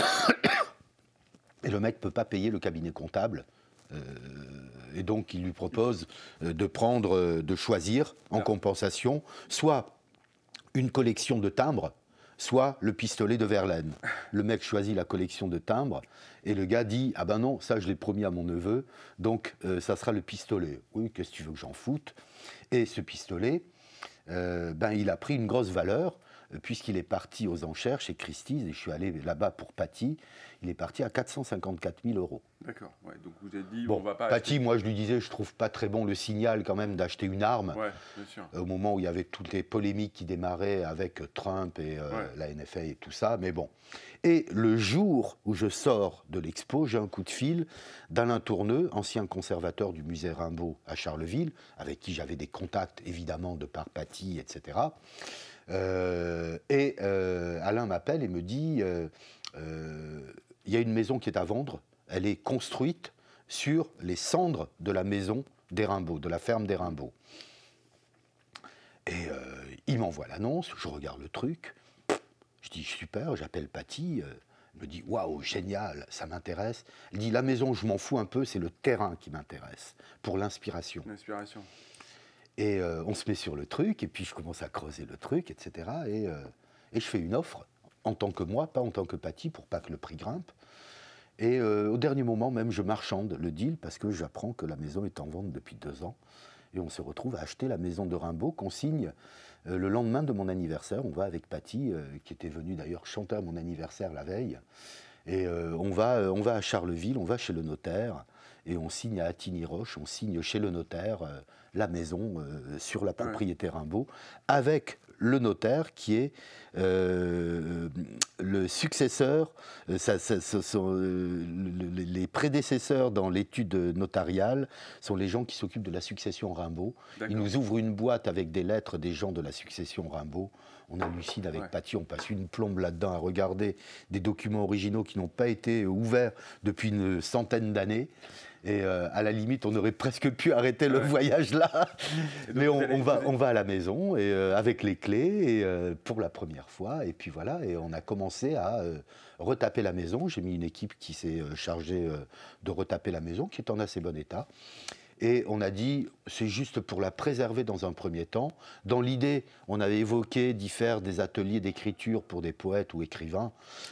Et le mec ne peut pas payer le cabinet comptable. Et donc, il lui propose de choisir en compensation soit une collection de timbres, soit le pistolet de Verlaine. Le mec choisit la collection de timbres et le gars dit « Ah ben non, ça je l'ai promis à mon neveu, donc ça sera le pistolet. » Oui, qu'est-ce que tu veux que j'en foute ? Et ce pistolet, il a pris une grosse valeur puisqu'il est parti aux enchères chez Christie's, et je suis allé là-bas pour Paty, il est parti à 454 000 €. D'accord, ouais, donc vous avez dit, bon, on va pas Paty, acheter... moi je lui disais, je trouve pas très bon le signal quand même d'acheter une arme, ouais, bien sûr. Au moment où il y avait toutes les polémiques qui démarraient avec Trump et la NFA et tout ça, mais bon. Et le jour où je sors de l'expo, j'ai un coup de fil d'Alain Tourneux, ancien conservateur du musée Rimbaud à Charleville, avec qui j'avais des contacts évidemment de par Paty, etc. Alain m'appelle et me dit il y a une maison qui est à vendre, elle est construite sur les cendres de la maison des Rimbaud, de la ferme des Rimbaud. Et il m'envoie l'annonce, je regarde le truc, je dis super, j'appelle Paty, elle me dit waouh, génial, ça m'intéresse. Elle dit la maison, je m'en fous un peu, c'est le terrain qui m'intéresse, pour l'inspiration. L'inspiration. Et on se met sur le truc, et puis je commence à creuser le truc, etc. Et je fais une offre, en tant que moi, pas en tant que Paty, pour pas que le prix grimpe. Et au dernier moment même, je marchande le deal, parce que j'apprends que la maison est en vente depuis 2 ans. Et on se retrouve à acheter la maison de Rimbaud, qu'on signe le lendemain de mon anniversaire. On va avec Paty, qui était venue d'ailleurs chanter à mon anniversaire la veille. Et on va à Charleville, on va chez le notaire, et on signe à Attigny-Roche, on signe chez le notaire la maison sur la propriété Rimbaud, avec le notaire qui est le successeur, les prédécesseurs dans l'étude notariale sont les gens qui s'occupent de la succession Rimbaud. Ils nous ouvrent une boîte avec des lettres des gens de la succession Rimbaud. On hallucine avec Paty, on passe une plombe là-dedans à regarder des documents originaux qui n'ont pas été ouverts depuis une centaine d'années. Et à la limite, on aurait presque pu arrêter le voyage là. Mais on va à la maison et, avec les clés et, pour la première fois. Et puis voilà, et on a commencé à retaper la maison. J'ai mis une équipe qui s'est chargée de retaper la maison, qui est en assez bon état. Et on a dit, c'est juste pour la préserver dans un premier temps. Dans l'idée, on avait évoqué d'y faire des ateliers d'écriture pour des poètes ou écrivains.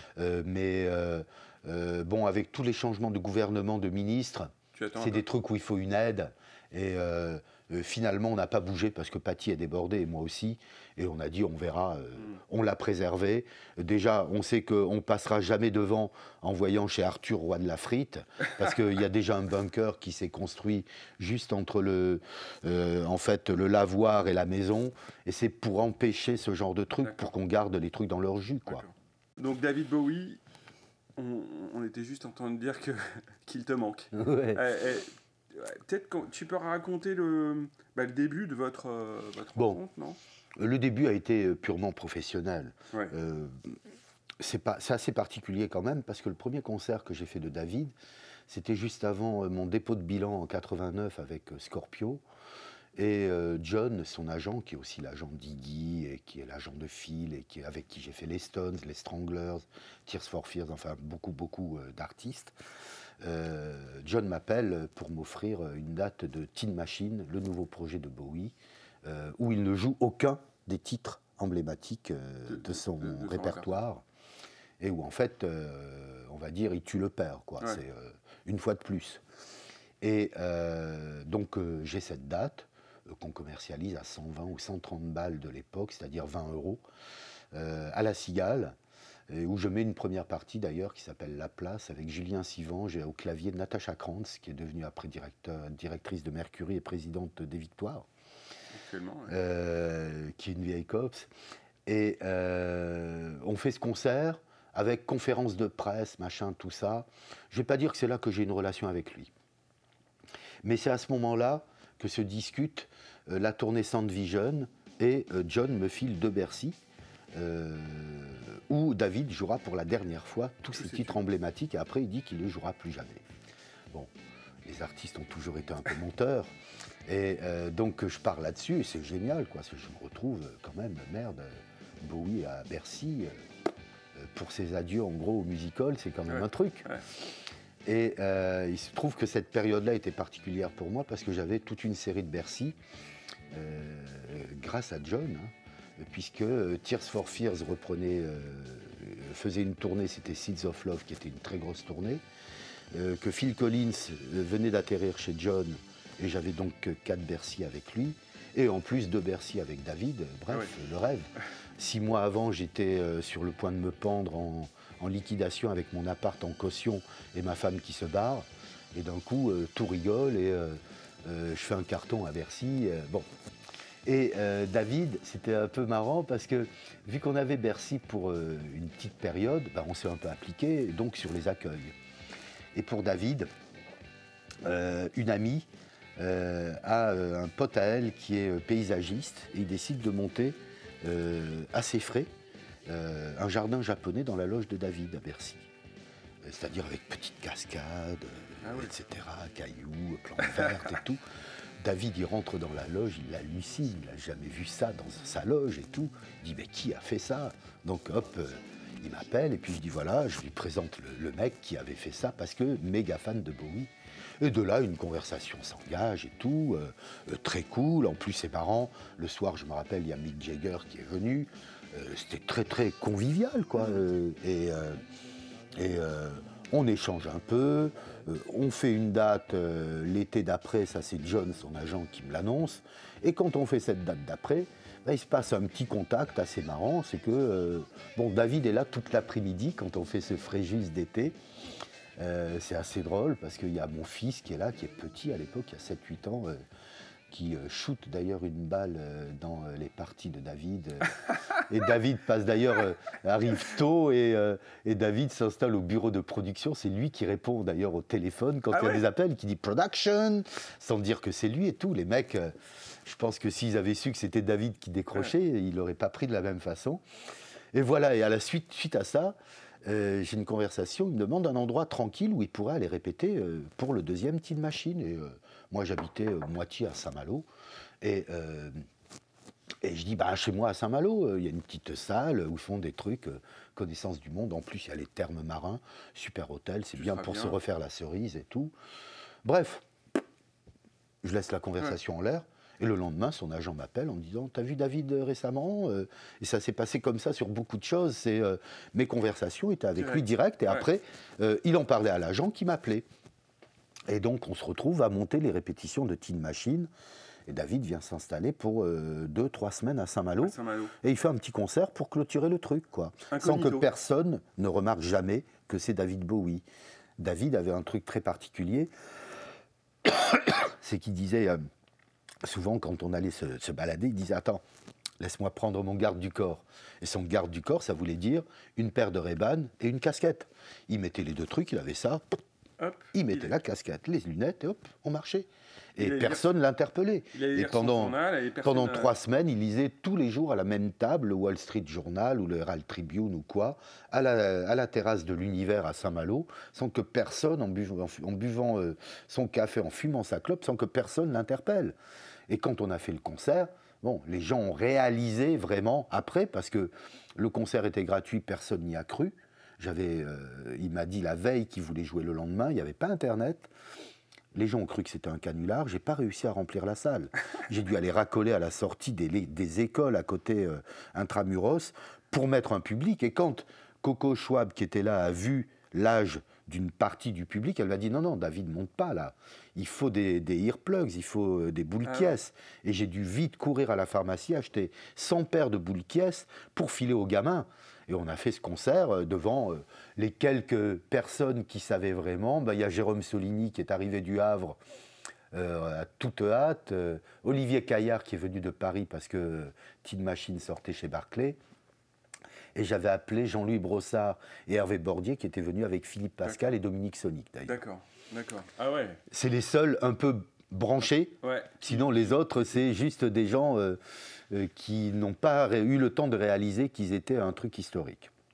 Bon, avec tous les changements de gouvernement, de ministres, c'est des trucs où il faut une aide. Et finalement, on n'a pas bougé parce que Paty est débordée et moi aussi. Et on a dit, on verra, on l'a préservé. Déjà, on sait qu'on ne passera jamais devant en voyant chez Arthur, roi de la frite, parce qu'il y a déjà un bunker qui s'est construit juste entre le lavoir et la maison. Et c'est pour empêcher ce genre de trucs, pour qu'on garde les trucs dans leur jus, quoi. Donc David Bowie, on était juste en train de dire qu'il te manque. Ouais. Peut-être que tu peux raconter le début de votre rencontre, non ? Le début a été purement professionnel. Ouais. C'est assez particulier quand même, parce que le premier concert que j'ai fait de David, c'était juste avant mon dépôt de bilan en 89 avec Scorpio. Et John, son agent, qui est aussi l'agent d'Iggy, et qui est l'agent de Phil, et avec qui j'ai fait les Stones, les Stranglers, Tears for Fears, enfin beaucoup d'artistes. John m'appelle pour m'offrir une date de Tin Machine, le nouveau projet de Bowie, où il ne joue aucun des titres emblématiques de son répertoire, et où en fait, on va dire, il tue le père, quoi. Ouais. C'est une fois de plus. Et donc j'ai cette date qu'on commercialise à 120 ou 130 balles de l'époque, c'est-à-dire 20 €, à la Cigale, où je mets une première partie d'ailleurs qui s'appelle La Place, avec Julien Sivan, j'ai au clavier Natacha Krantz, qui est devenue après directrice de Mercury et présidente des Victoires, qui est une vieille copse. Et on fait ce concert avec conférence de presse, machin, tout ça. Je ne vais pas dire que c'est là que j'ai une relation avec lui. Mais c'est à ce moment-là que se discute la tournée Sound Vision, et John me file de Bercy, où David jouera pour la dernière fois tous ces titres emblématiques, et après il dit qu'il ne les jouera plus jamais. Bon, les artistes ont toujours été un peu menteurs, et donc je pars là-dessus, et c'est génial, quoi, parce que je me retrouve quand même, merde, Bowie à Bercy, pour ses adieux en gros au music hall, c'est quand même un truc. Ouais. Et il se trouve que cette période-là était particulière pour moi, parce que j'avais toute une série de Bercy, grâce à John, puisque Tears for Fears faisait une tournée, c'était Seeds of Love, qui était une très grosse tournée, que Phil Collins venait d'atterrir chez John, et j'avais donc 4 Bercy avec lui, et en plus 2 Bercy avec David, bref, le rêve. 6 mois avant, j'étais sur le point de me pendre en liquidation avec mon appart en caution et ma femme qui se barre, et d'un coup, tout rigole, et je fais un carton à Bercy, bon. Et David, c'était un peu marrant parce que vu qu'on avait Bercy pour une petite période, on s'est un peu appliqué donc sur les accueils. Et pour David, une amie a un pote à elle qui est paysagiste, et il décide de monter à ses frais un jardin japonais dans la loge de David à Bercy. C'est-à-dire avec petite cascade, etc., cailloux, plantes vertes et tout. David, il rentre dans la loge, il hallucine, il n'a jamais vu ça dans sa loge et tout. Il dit, mais qui a fait ça? Donc hop, il m'appelle, et puis je dis, voilà, je lui présente le mec qui avait fait ça, parce que méga fan de Bowie. Et de là, une conversation s'engage et tout, très cool. En plus, c'est marrant, le soir, je me rappelle, il y a Mick Jagger qui est venu. C'était très, très convivial, quoi. On échange un peu, on fait une date l'été d'après, ça c'est John, son agent, qui me l'annonce. Et quand on fait cette date d'après, il se passe un petit contact assez marrant, c'est que David est là toute l'après-midi quand on fait ce Fréjus d'été. C'est assez drôle parce qu'il y a mon fils qui est là, qui est petit à l'époque, il y a 7-8 ans, qui shoot d'ailleurs une balle dans les parties de David. Et David arrive tôt, et David s'installe au bureau de production. C'est lui qui répond d'ailleurs au téléphone quand il y a des appels, qui dit « production », sans dire que c'est lui et tout. Les mecs, je pense que s'ils avaient su que c'était David qui décrochait, ils ne l'auraient pas pris de la même façon. Et voilà, et à la suite à ça, j'ai une conversation, il me demande un endroit tranquille où il pourrait aller répéter pour le deuxième Tin Machine. Et moi, j'habitais moitié à Saint-Malo. Et je dis, chez moi à Saint-Malo, il y a une petite salle où ils font des trucs, connaissance du monde. En plus, il y a les thermes marins, super hôtel, c'est bien pour se refaire la cerise et tout. Bref, je laisse la conversation en l'air. Et le lendemain, son agent m'appelle en me disant « T'as vu David récemment ?» Et ça s'est passé comme ça sur beaucoup de choses. Mes conversations étaient avec lui direct. Et après, il en parlait à l'agent qui m'appelait. Et donc, on se retrouve à monter les répétitions de Tin Machine. Et David vient s'installer pour 2-3 semaines à Saint-Malo. Et il fait un petit concert pour clôturer le truc, quoi. Sans que personne ne remarque jamais que c'est David Bowie. David avait un truc très particulier. C'est qu'il disait... souvent, quand on allait se balader, il disait « Attends, laisse-moi prendre mon garde du corps ». Et son garde du corps, ça voulait dire une paire de Ray-Ban et une casquette. Il mettait les 2 trucs, il avait ça, hop, il mettait la casquette, les lunettes, et hop, on marchait. Et personne ne l'interpellait. Et pendant 3 semaines, il lisait tous les jours à la même table, le Wall Street Journal ou le Herald Tribune ou quoi, à la terrasse de l'Univers à Saint-Malo, sans que personne, en buvant son café, en fumant sa clope, sans que personne l'interpelle. Et quand on a fait le concert, les gens ont réalisé vraiment après, parce que le concert était gratuit, personne n'y a cru. Il m'a dit la veille qu'il voulait jouer le lendemain, il n'y avait pas Internet. Les gens ont cru que c'était un canular, j'ai pas réussi à remplir la salle. J'ai dû aller racoler à la sortie des écoles à côté intramuros pour mettre un public. Et quand Coco Schwab, qui était là, a vu l'âge d'une partie du public, elle m'a dit non, David, monte pas là. Il faut des earplugs, il faut des boules caisses. Et j'ai dû vite courir à la pharmacie, acheter 100 paires de boules caisses pour filer aux gamins. Et on a fait ce concert devant les quelques personnes qui savaient vraiment. Il y a Jérôme Soligny qui est arrivé du Havre à toute hâte. Olivier Caillard qui est venu de Paris parce que Tin Machine sortait chez Barclay. Et j'avais appelé Jean-Louis Brossard et Hervé Bordier qui étaient venus avec Philippe Pascal et Dominique Sonic d'ailleurs. D'accord. Ah ouais. C'est les seuls un peu branchés. Ouais. Sinon les autres, c'est juste des gens qui n'ont pas eu le temps de réaliser qu'ils étaient un truc historique.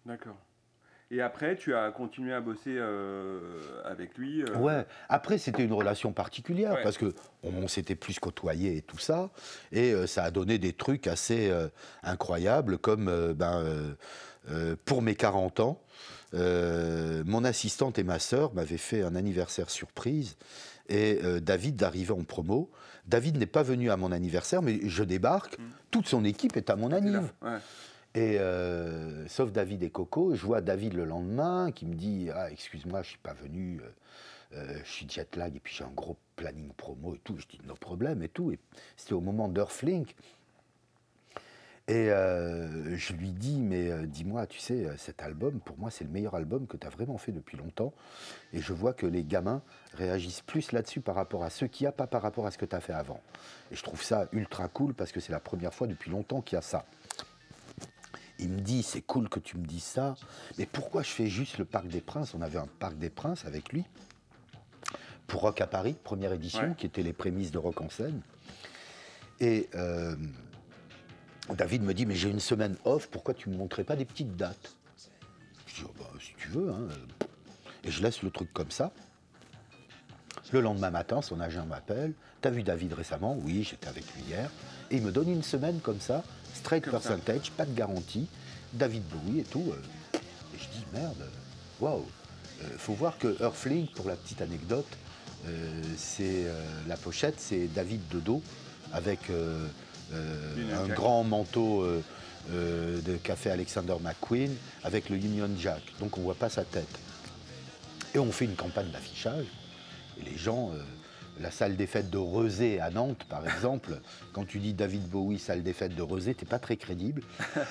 D'accord. Et après, tu as continué à bosser avec lui Ouais, après c'était une relation particulière Ouais. parce que on s'était plus côtoyés et tout ça, et ça a donné des trucs assez incroyables comme pour mes 40 ans, mon assistante et ma sœur m'avaient fait un anniversaire surprise et David arrivait en promo. David n'est pas venu à mon anniversaire, mais je débarque, toute son équipe est à mon T'es là. anniv. Ouais. Et sauf David et Coco, je vois David le lendemain qui me dit « Ah, excuse-moi, je suis pas venu, je suis jet lag et puis j'ai un gros planning promo et tout. » Je dis « No problème et tout. » Et c'était au moment d'Earthlink. Et je lui dis « Mais dis-moi, tu sais, cet album, pour moi, c'est le meilleur album que tu as vraiment fait depuis longtemps. Et je vois que les gamins réagissent plus là-dessus par rapport à ce qu'il y a, pas par rapport à ce que tu as fait avant. Et je trouve ça ultra cool parce que c'est la première fois depuis longtemps qu'il y a ça. » Il me dit, c'est cool que tu me dises ça, mais pourquoi je fais juste le Parc des Princes? On avait un Parc des Princes avec lui, pour Rock à Paris, première édition, qui était les prémices de Rock en scène. Et David me dit, mais j'ai une semaine off, pourquoi tu ne me montrais pas des petites dates? Je dis, oh bah, si tu veux. Hein. Et je laisse le truc comme ça. Le lendemain matin, son agent m'appelle. T'as vu David récemment? Oui, j'étais avec lui hier. Et il me donne une semaine comme ça, straight comme percentage, ça. Pas de garantie, David Bowie et tout. Et je dis merde, waouh. Faut voir que Earthlink, pour la petite anecdote, c'est la pochette, c'est David de dos avec un grand manteau de café Alexander McQueen avec le Union Jack. Donc on voit pas sa tête. Et on fait une campagne d'affichage. Et les gens, la salle des fêtes de Rezé à Nantes, par exemple, quand tu dis David Bowie, salle des fêtes de Rezé, t'es pas très crédible.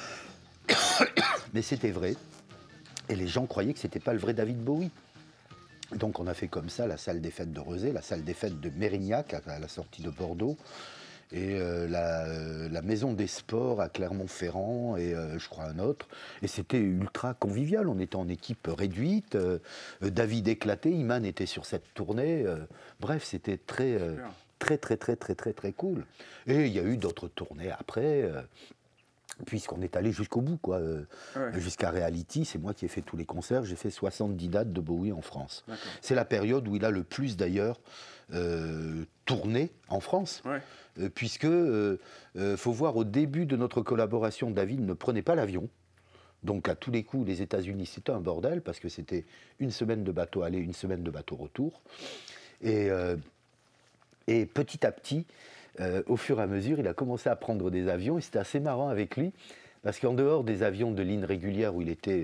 Mais c'était vrai. Et les gens croyaient que c'était pas le vrai David Bowie. Donc on a fait comme ça la salle des fêtes de Rezé, la salle des fêtes de Mérignac, à la sortie de Bordeaux, et la maison des sports à Clermont-Ferrand, et je crois un autre. Et c'était ultra convivial, on était en équipe réduite, David éclaté, Iman était sur cette tournée, bref, c'était très cool. Et il y a eu d'autres tournées après, puisqu'on est allé jusqu'au bout, quoi. Jusqu'à Reality, c'est moi qui ai fait tous les concerts, j'ai fait 70 dates de Bowie en France. D'accord. C'est la période où il a le plus d'ailleurs tourné en France, puisque faut voir, au début de notre collaboration, David ne prenait pas l'avion. Donc à tous les coups, les États-Unis, c'était un bordel, parce que c'était une semaine de bateau aller, une semaine de bateau retour. Et petit à petit, au fur et à mesure, il a commencé à prendre des avions, et c'était assez marrant avec lui, parce qu'en dehors des avions de ligne régulière où il était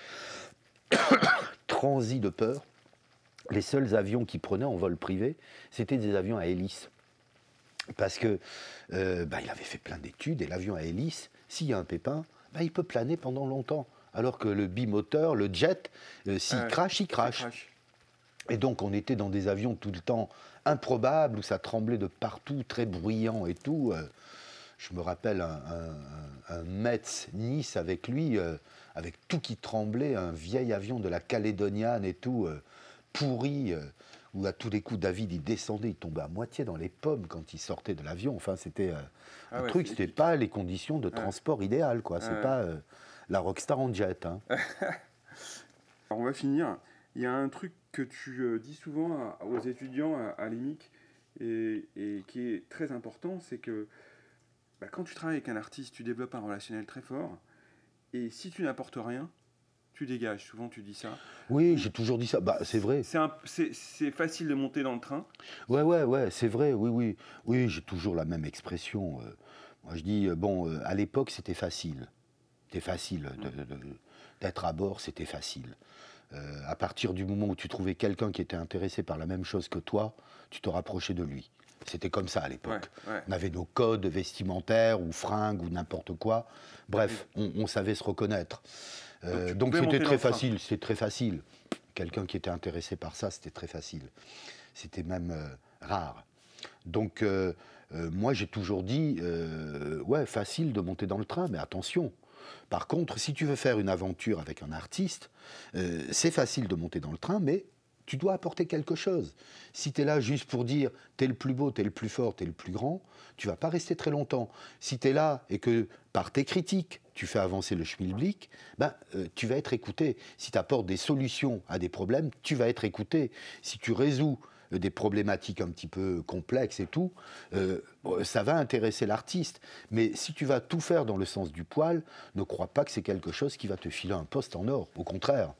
transi de peur, les seuls avions qu'il prenait en vol privé, c'était des avions à hélice. Parce que il avait fait plein d'études, et l'avion à hélice, s'il y a un pépin, il peut planer pendant longtemps. Alors que le bimoteur, le jet, s'il crache, il crache. Et donc on était dans des avions tout le temps improbables, où ça tremblait de partout, très bruyant et tout. Je me rappelle un Metz-Nice avec lui, avec tout qui tremblait, un vieil avion de la Calédoniane et tout, pourri, où à tous les coups David il descendait, il tombait à moitié dans les pommes quand il sortait de l'avion. Enfin c'était un truc, c'était pas les conditions de transport idéales, quoi. C'est pas la rockstar en jet. Hein. Alors on va finir. Il y a un truc que tu dis souvent aux étudiants à l'EMIC et qui est très important, c'est que quand tu travailles avec un artiste, tu développes un relationnel très fort, et si tu n'apportes rien, tu dégages. Souvent tu dis ça. Oui, j'ai toujours dit ça. C'est vrai. C'est facile de monter dans le train. Ouais, c'est vrai, oui. Oui, j'ai toujours la même expression. Moi je dis, à l'époque c'était facile. C'était facile d'être à bord, c'était facile. À partir du moment où tu trouvais quelqu'un qui était intéressé par la même chose que toi, tu te rapprochais de lui. C'était comme ça à l'époque. On avait nos codes vestimentaires ou fringues ou n'importe quoi. Bref, on savait se reconnaître. Donc c'était très facile, c'était très facile. Quelqu'un qui était intéressé par ça, c'était très facile. C'était même rare. Donc moi j'ai toujours dit, facile de monter dans le train, mais attention. Par contre, si tu veux faire une aventure avec un artiste, c'est facile de monter dans le train, mais tu dois apporter quelque chose. Si tu es là juste pour dire t'es le plus beau, t'es le plus fort, t'es le plus grand, tu vas pas rester très longtemps. Si tu es là et que par tes critiques, tu fais avancer le schmilblick, tu vas être écouté. Si tu apportes des solutions à des problèmes, tu vas être écouté. Si tu résous des problématiques un petit peu complexes et tout, ça va intéresser l'artiste. Mais si tu vas tout faire dans le sens du poil, ne crois pas que c'est quelque chose qui va te filer un poste en or. Au contraire,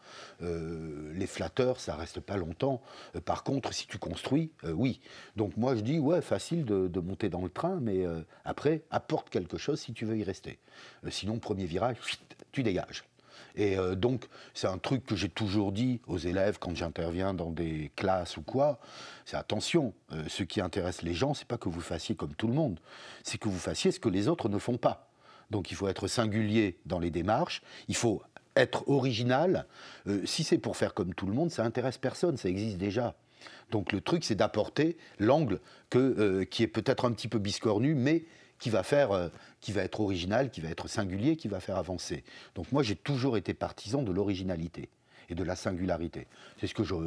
les flatteurs, ça reste pas longtemps. Par contre, si tu construis, oui. Donc moi, je dis, ouais, facile de monter dans le train, mais après, apporte quelque chose si tu veux y rester. Sinon, premier virage, tu dégages. Et donc, c'est un truc que j'ai toujours dit aux élèves quand j'interviens dans des classes ou quoi, c'est attention, ce qui intéresse les gens, c'est pas que vous fassiez comme tout le monde, c'est que vous fassiez ce que les autres ne font pas. Donc il faut être singulier dans les démarches, il faut être original. Si c'est pour faire comme tout le monde, ça intéresse personne, ça existe déjà. Donc le truc, c'est d'apporter l'angle qui est peut-être un petit peu biscornu, mais qui va être original, qui va être singulier, qui va faire avancer. Donc moi, j'ai toujours été partisan de l'originalité et de la singularité. C'est ce que je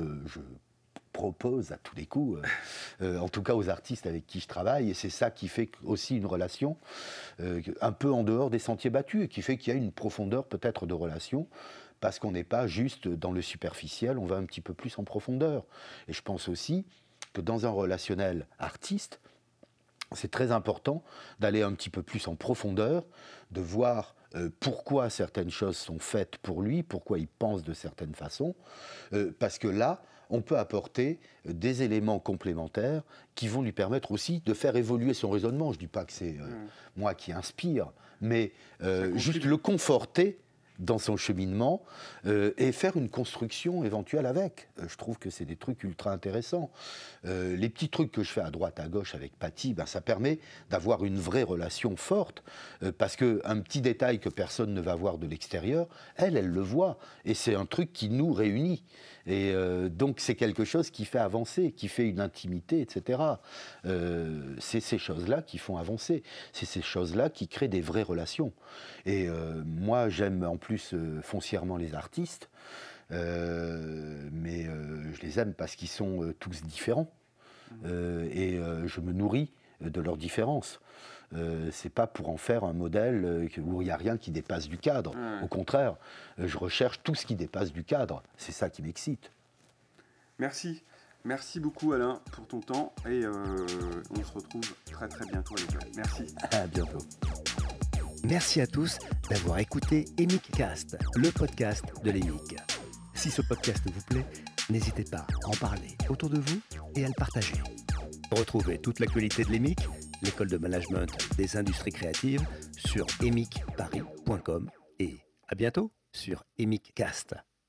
propose à tous les coups, en tout cas aux artistes avec qui je travaille, et c'est ça qui fait aussi une relation un peu en dehors des sentiers battus, et qui fait qu'il y a une profondeur peut-être de relation, parce qu'on n'est pas juste dans le superficiel, on va un petit peu plus en profondeur. Et je pense aussi que dans un relationnel artiste, c'est très important d'aller un petit peu plus en profondeur, de voir pourquoi certaines choses sont faites pour lui, pourquoi il pense de certaines façons, parce que là, on peut apporter des éléments complémentaires qui vont lui permettre aussi de faire évoluer son raisonnement. Je ne dis pas que c'est moi qui inspire, mais juste le conforter dans son cheminement et faire une construction éventuelle avec. Je trouve que c'est des trucs ultra intéressants. Les petits trucs que je fais à droite, à gauche avec Patty, ça permet d'avoir une vraie relation forte parce qu'un petit détail que personne ne va voir de l'extérieur, elle le voit. Et c'est un truc qui nous réunit. Et donc c'est quelque chose qui fait avancer, qui fait une intimité, etc. C'est ces choses-là qui font avancer. C'est ces choses-là qui créent des vraies relations. Et moi, j'aime en plus foncièrement les artistes, mais je les aime parce qu'ils sont tous différents. Et je me nourris de leurs différences. C'est pas pour en faire un modèle où il n'y a rien qui dépasse du cadre. Au contraire, je recherche tout ce qui dépasse du cadre. C'est ça qui m'excite. Merci. Merci beaucoup Alain pour ton temps et on se retrouve très très bientôt à l'école. Merci. À bientôt. Merci à tous d'avoir écouté EMIC-Cast, le podcast de l'EMIC. Si ce podcast vous plaît, n'hésitez pas à en parler autour de vous et à le partager. Retrouvez toute l'actualité de l'EMIC, l'école de management des industries créatives, sur emicparis.com et à bientôt sur EMIC-Cast.